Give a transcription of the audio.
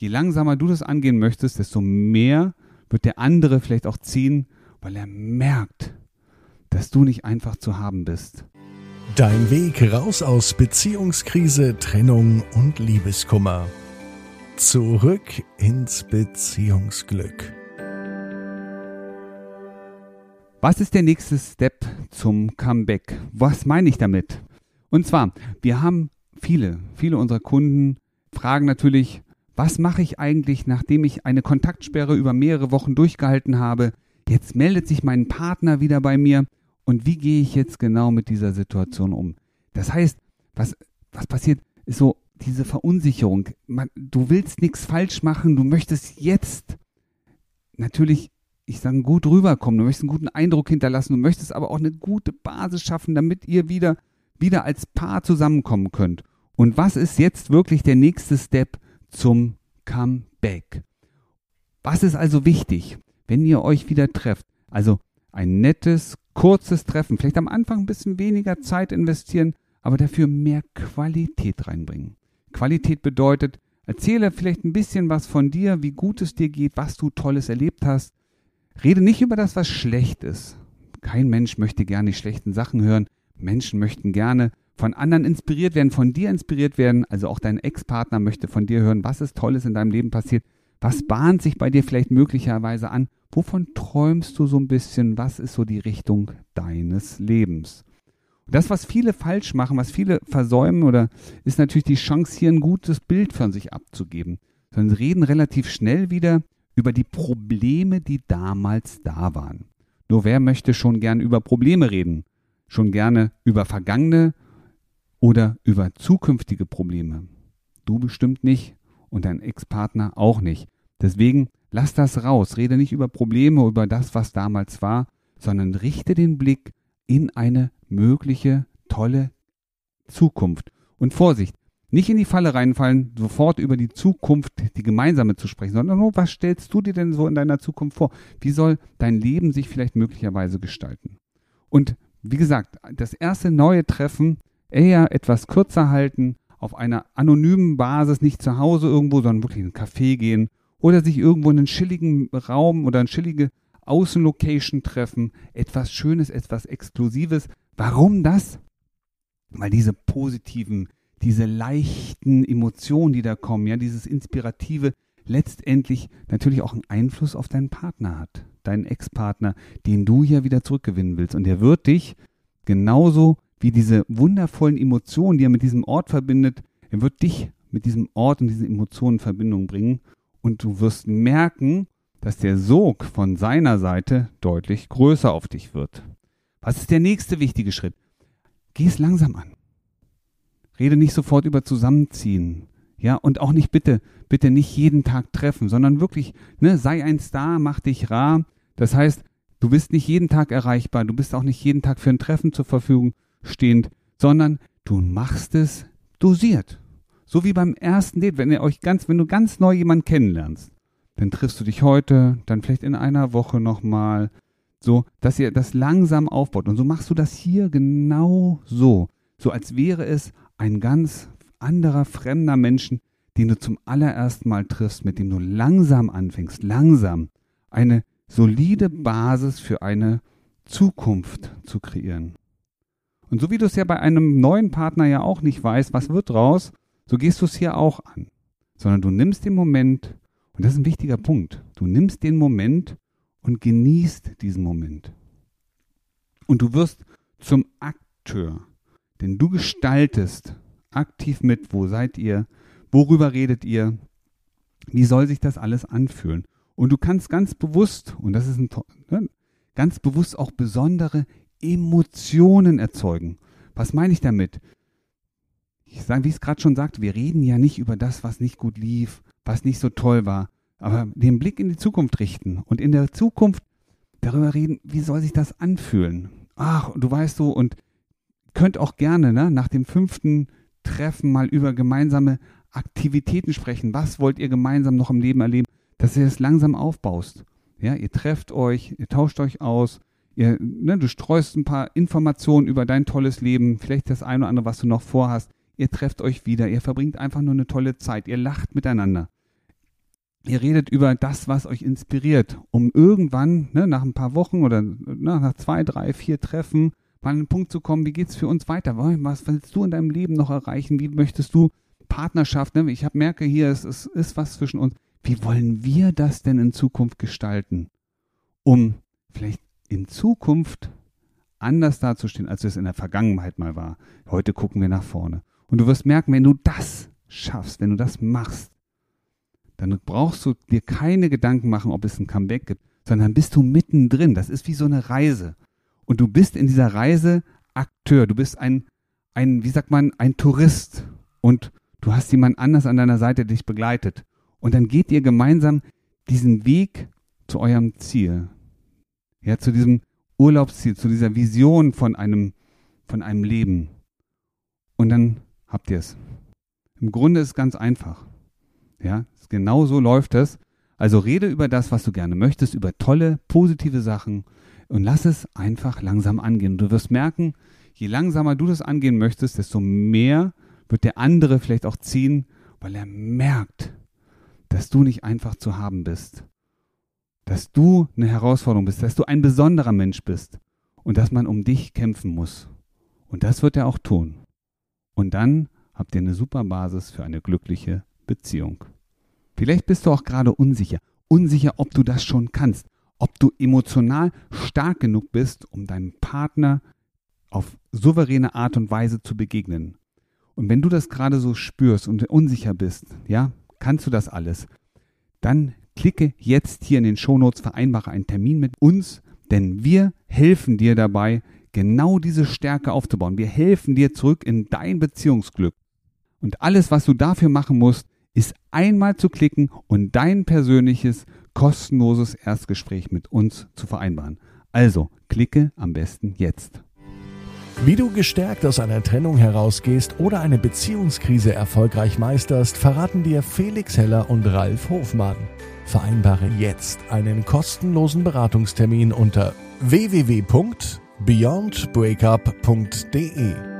Je langsamer du das angehen möchtest, desto mehr wird der andere vielleicht auch ziehen, weil er merkt, dass du nicht einfach zu haben bist. Dein Weg raus aus Beziehungskrise, Trennung und Liebeskummer. Zurück ins Beziehungsglück. Was ist der nächste Step zum Comeback? Was meine ich damit? Und zwar, wir haben viele unserer Kunden fragen natürlich, was mache ich eigentlich, nachdem ich eine Kontaktsperre über mehrere Wochen durchgehalten habe? Jetzt meldet sich mein Partner wieder bei mir und wie gehe ich jetzt genau mit dieser Situation um? Das heißt, was passiert, ist so diese Verunsicherung. Du willst nichts falsch machen, du möchtest jetzt natürlich, gut rüberkommen, du möchtest einen guten Eindruck hinterlassen, du möchtest aber auch eine gute Basis schaffen, damit ihr wieder als Paar zusammenkommen könnt. Und was ist jetzt wirklich der nächste Step zum Comeback? Was ist also wichtig, wenn ihr euch wieder trefft? Also ein nettes, kurzes Treffen, vielleicht am Anfang ein bisschen weniger Zeit investieren, aber dafür mehr Qualität reinbringen. Qualität bedeutet, erzähle vielleicht ein bisschen was von dir, wie gut es dir geht, was du Tolles erlebt hast. Rede nicht über das, was schlecht ist. Kein Mensch möchte gerne die schlechten Sachen hören. Menschen möchten gerne von anderen inspiriert werden, von dir inspiriert werden. Also auch dein Ex-Partner möchte von dir hören, was ist Tolles in deinem Leben passiert. Was bahnt sich bei dir vielleicht möglicherweise an? Wovon träumst du so ein bisschen? Was ist so die Richtung deines Lebens? Und das, was viele falsch machen, was viele versäumen, ist natürlich die Chance, hier ein gutes Bild von sich abzugeben. Sondern sie reden relativ schnell wieder über die Probleme, die damals da waren. Nur wer möchte schon gern über Probleme reden? Schon gerne über vergangene oder über zukünftige Probleme? Du bestimmt nicht und dein Ex-Partner auch nicht. Deswegen lass das raus. Rede nicht über Probleme, über das, was damals war, sondern richte den Blick in eine mögliche, tolle Zukunft. Und Vorsicht, nicht in die Falle reinfallen, sofort über die Zukunft, die gemeinsame zu sprechen, sondern nur, was stellst du dir denn so in deiner Zukunft vor? Wie soll dein Leben sich vielleicht möglicherweise gestalten? Und wie gesagt, das erste neue Treffen eher etwas kürzer halten, auf einer anonymen Basis, nicht zu Hause irgendwo, sondern wirklich in einen Café gehen oder sich irgendwo in einen chilligen Raum oder eine chillige Außenlocation treffen. Etwas Schönes, etwas Exklusives. Warum das? Weil diese positiven, diese leichten Emotionen, die da kommen, ja, dieses Inspirative, letztendlich natürlich auch einen Einfluss auf deinen Partner hat. Deinen Ex-Partner, den du ja wieder zurückgewinnen willst. Und der wird dich genauso wie diese wundervollen Emotionen, die er mit diesem Ort verbindet, er wird dich mit diesem Ort und diesen Emotionen in Verbindung bringen. Und du wirst merken, dass der Sog von seiner Seite deutlich größer auf dich wird. Was ist der nächste wichtige Schritt? Geh es langsam an. Rede nicht sofort über Zusammenziehen. Ja, und auch nicht bitte nicht jeden Tag treffen, sondern wirklich, sei ein Star, mach dich rar. Das heißt, du bist nicht jeden Tag erreichbar, du bist auch nicht jeden Tag für ein Treffen zur Verfügung stehend, sondern du machst es dosiert. So wie beim ersten Date, wenn du ganz neu jemanden kennenlernst, dann triffst du dich heute, dann vielleicht in einer Woche nochmal, so, dass ihr das langsam aufbaut. Und so machst du das hier genau so als wäre es ein ganz anderer, fremder Menschen, den du zum allerersten Mal triffst, mit dem du langsam anfängst, langsam eine solide Basis für eine Zukunft zu kreieren. Und so wie du es ja bei einem neuen Partner ja auch nicht weißt, was wird draus, so gehst du es hier auch an. Sondern du nimmst den Moment, und das ist ein wichtiger Punkt, du nimmst den Moment und genießt diesen Moment. Und du wirst zum Akteur, denn du gestaltest aktiv mit, wo seid ihr, worüber redet ihr, wie soll sich das alles anfühlen. Und du kannst ganz bewusst, und das ist ganz bewusst auch besondere Emotionen erzeugen. Was meine ich damit? Ich sage, wie ich es gerade schon sagte, wir reden ja nicht über das, was nicht gut lief, was nicht so toll war, aber den Blick in die Zukunft richten und in der Zukunft darüber reden, wie soll sich das anfühlen. Ach, du weißt so, und könnt auch gerne nach dem 5. Treffen mal über gemeinsame Aktivitäten sprechen. Was wollt ihr gemeinsam noch im Leben erleben, dass ihr es langsam aufbaust? Ja, ihr trefft euch, ihr tauscht euch aus, du streust ein paar Informationen über dein tolles Leben, vielleicht das eine oder andere, was du noch vorhast. Ihr trefft euch wieder, ihr verbringt einfach nur eine tolle Zeit, ihr lacht miteinander. Ihr redet über das, was euch inspiriert, um irgendwann, nach ein paar Wochen oder nach 2, 3, 4 Treffen mal an den Punkt zu kommen, wie geht's für uns weiter? Was willst du in deinem Leben noch erreichen? Wie möchtest du Partnerschaft? Ich merke hier, es ist was zwischen uns. Wie wollen wir das denn in Zukunft gestalten, um vielleicht in Zukunft anders dazustehen, als es in der Vergangenheit mal war? Heute gucken wir nach vorne. Und du wirst merken, wenn du das schaffst, wenn du das machst, dann brauchst du dir keine Gedanken machen, ob es ein Comeback gibt, sondern bist du mittendrin. Das ist wie so eine Reise. Und du bist in dieser Reise Akteur. Du bist ein Tourist. Und du hast jemand anders an deiner Seite, der dich begleitet. Und dann geht ihr gemeinsam diesen Weg zu eurem Ziel. Ja, zu diesem Urlaubsziel, zu dieser Vision von einem Leben. Und dann habt ihr es. Im Grunde ist es ganz einfach. Ja, genau so läuft es. Also rede über das, was du gerne möchtest, über tolle, positive Sachen und lass es einfach langsam angehen. Du wirst merken, je langsamer du das angehen möchtest, desto mehr wird der andere vielleicht auch ziehen, weil er merkt, dass du nicht einfach zu haben bist, dass du eine Herausforderung bist, dass du ein besonderer Mensch bist und dass man um dich kämpfen muss. Und das wird er auch tun. Und dann habt ihr eine super Basis für eine glückliche Beziehung. Vielleicht bist du auch gerade unsicher, ob du das schon kannst, ob du emotional stark genug bist, um deinem Partner auf souveräne Art und Weise zu begegnen. Und wenn du das gerade so spürst und unsicher bist, ja, kannst du das alles, dann klicke jetzt hier in den Shownotes, vereinbare einen Termin mit uns, denn wir helfen dir dabei, genau diese Stärke aufzubauen. Wir helfen dir zurück in dein Beziehungsglück. Und alles, was du dafür machen musst, ist einmal zu klicken und dein persönliches, kostenloses Erstgespräch mit uns zu vereinbaren. Also, klicke am besten jetzt. Wie du gestärkt aus einer Trennung herausgehst oder eine Beziehungskrise erfolgreich meisterst, verraten dir Felix Heller und Ralf Hofmann. Vereinbare jetzt einen kostenlosen Beratungstermin unter www.beyondbreakup.de.